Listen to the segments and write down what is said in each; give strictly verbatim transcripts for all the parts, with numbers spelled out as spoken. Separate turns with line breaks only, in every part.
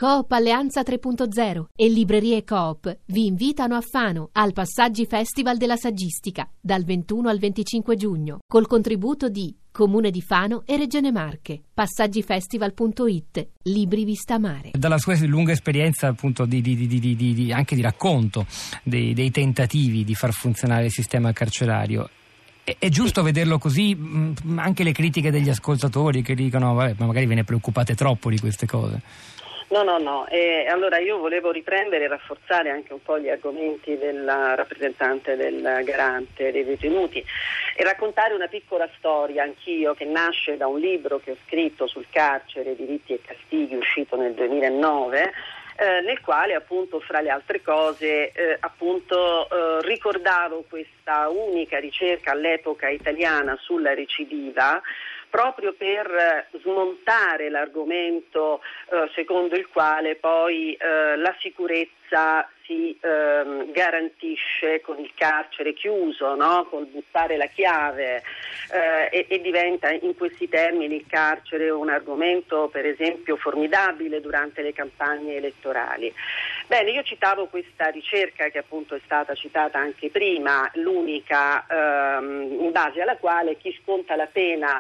Coop Alleanza tre punto zero e Librerie Coop vi invitano a Fano al Passaggi Festival della Saggistica dal ventuno al venticinque giugno col contributo di Comune di Fano e Regione Marche. Passaggifestival punto it. Libri vista mare.
Dalla sua lunga esperienza appunto di, di, di, di, di, di anche di racconto dei, dei tentativi di far funzionare il sistema carcerario, è, è giusto vederlo così? Mh, anche le critiche degli ascoltatori che dicono vabbè, ma magari ve ne preoccupate troppo di queste cose.
No, no, no. E allora io volevo riprendere e rafforzare anche un po' gli argomenti della rappresentante del Garante dei detenuti e raccontare una piccola storia anch'io che nasce da un libro che ho scritto sul carcere, diritti e castighi, uscito nel duemilanove, eh, nel quale appunto fra le altre cose eh, appunto eh, ricordavo questa unica ricerca all'epoca italiana sulla recidiva, proprio per smontare l'argomento eh, secondo il quale poi eh, la sicurezza si eh, garantisce con il carcere chiuso, no? Col buttare la chiave eh, e, e diventa in questi termini il carcere un argomento per esempio formidabile durante le campagne elettorali. Bene, io citavo questa ricerca che appunto è stata citata anche prima, l'unica ehm, in base alla quale chi sconta la pena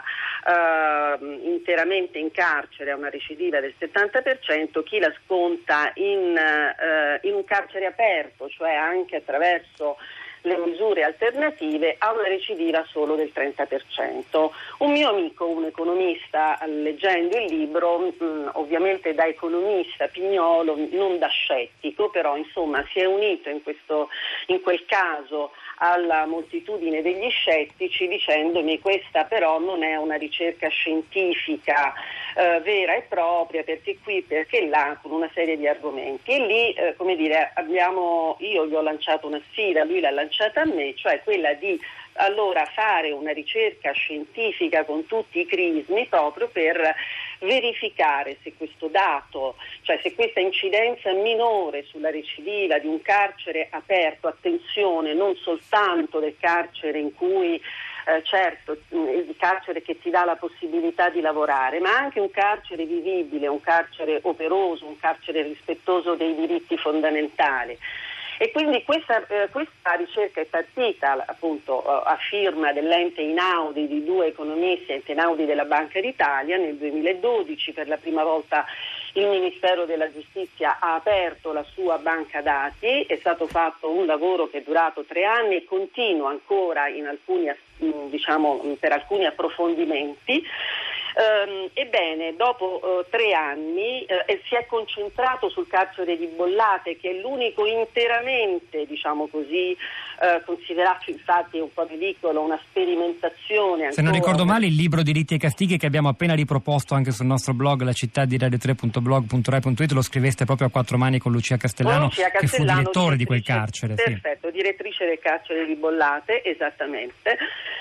Uh, interamente in carcere ha una recidiva del settanta per cento, chi la sconta in, uh, in un carcere aperto, cioè anche attraverso le misure alternative, ha una recidiva solo del trenta per cento. Un mio amico, un economista, leggendo il libro, mh, ovviamente da economista Pignolo, non da scettico, però insomma si è unito in questo, in quel caso alla moltitudine degli scettici dicendomi questa però non è una ricerca scientifica eh, vera e propria, perché qui, perché là, con una serie di argomenti. E lì, eh, come dire, abbiamo, io gli ho lanciato una sfida, lui l'ha lanciata a me, cioè quella di allora fare una ricerca scientifica con tutti i crismi proprio per verificare se questo dato, cioè se questa incidenza minore sulla recidiva di un carcere aperto, attenzione, non soltanto del carcere in cui eh, certo il carcere che ti dà la possibilità di lavorare, ma anche un carcere vivibile, un carcere operoso, un carcere rispettoso dei diritti fondamentali. E quindi questa, eh, questa ricerca è partita appunto uh, a firma dell'ente Einaudi di due economisti, ente Einaudi della Banca d'Italia. Nel duemiladodici per la prima volta il Ministero della Giustizia ha aperto la sua banca dati, è stato fatto un lavoro che è durato tre anni e continua ancora in alcuni, diciamo, per alcuni approfondimenti. Um, ebbene, dopo uh, tre anni uh, si è concentrato sul carcere di Bollate, che è l'unico interamente, diciamo così, uh, considerato infatti un po' ridicolo, una sperimentazione.
Se non ricordo male, il libro Diritti e Castighi che abbiamo appena riproposto anche sul nostro blog, la città di radio tre punto blog punto rai punto it, lo scriveste proprio a quattro mani con Lucia Castellano,
Lucia Castellano,
che fu direttore di quel carcere.
Perfetto, sì. Direttrice del carcere di Bollate, esattamente.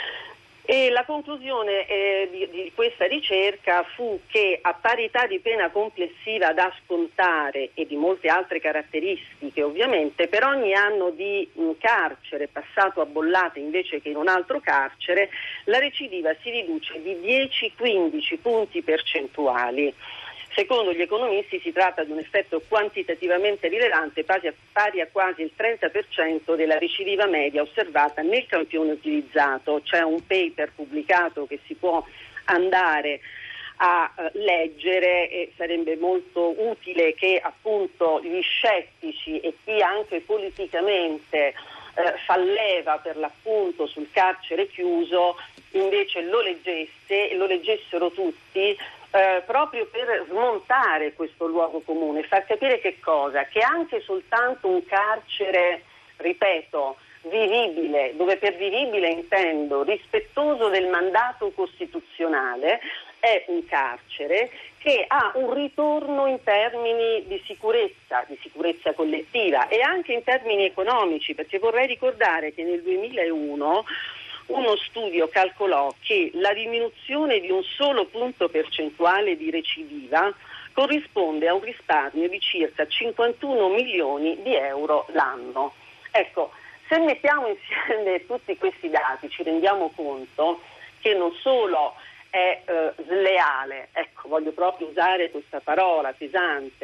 E la conclusione eh, di, di questa ricerca fu che a parità di pena complessiva da scontare e di molte altre caratteristiche ovviamente, per ogni anno di mh, carcere passato a Bollate invece che in un altro carcere, la recidiva si riduce di dieci quindici punti percentuali. Secondo gli economisti si tratta di un effetto quantitativamente rilevante pari a, pari a quasi il trenta per cento della recidiva media osservata nel campione utilizzato. C'è un paper pubblicato che si può andare a uh, leggere e sarebbe molto utile che appunto gli scettici e chi anche politicamente uh, fa leva per l'appunto sul carcere chiuso invece lo leggesse e lo leggessero tutti. Eh, proprio per smontare questo luogo comune, far capire che cosa? Che anche soltanto un carcere, ripeto, vivibile, dove per vivibile intendo rispettoso del mandato costituzionale, è un carcere che ha un ritorno in termini di sicurezza, di sicurezza collettiva e anche in termini economici, perché vorrei ricordare che nel duemilauno uno studio calcolò che la diminuzione di un solo punto percentuale di recidiva corrisponde a un risparmio di circa cinquantuno milioni di euro l'anno. Ecco, se mettiamo insieme tutti questi dati ci rendiamo conto che non solo è eh, sleale, ecco, voglio proprio usare questa parola pesante,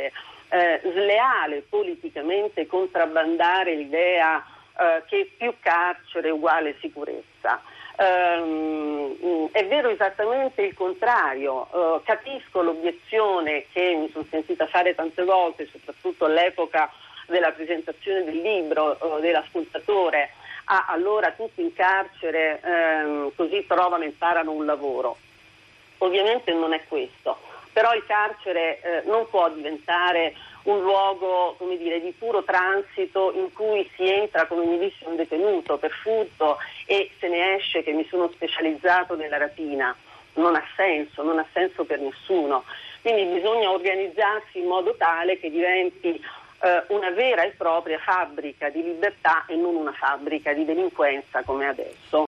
eh, sleale politicamente contrabbandare l'idea eh, che più carcere uguale sicurezza. Um, è vero esattamente il contrario. Uh, capisco l'obiezione che mi sono sentita fare tante volte, soprattutto all'epoca della presentazione del libro uh, dell'ascoltatore: ah, allora tutti in carcere um, così trovano e imparano un lavoro. Ovviamente non è questo, però il carcere eh, non può diventare un luogo, come dire, di puro transito in cui si entra, come mi disse un detenuto, per furto e se ne esce che mi sono specializzato nella rapina. Non ha senso, non ha senso per nessuno. Quindi bisogna organizzarsi in modo tale che diventi eh, una vera e propria fabbrica di libertà e non una fabbrica di delinquenza come adesso.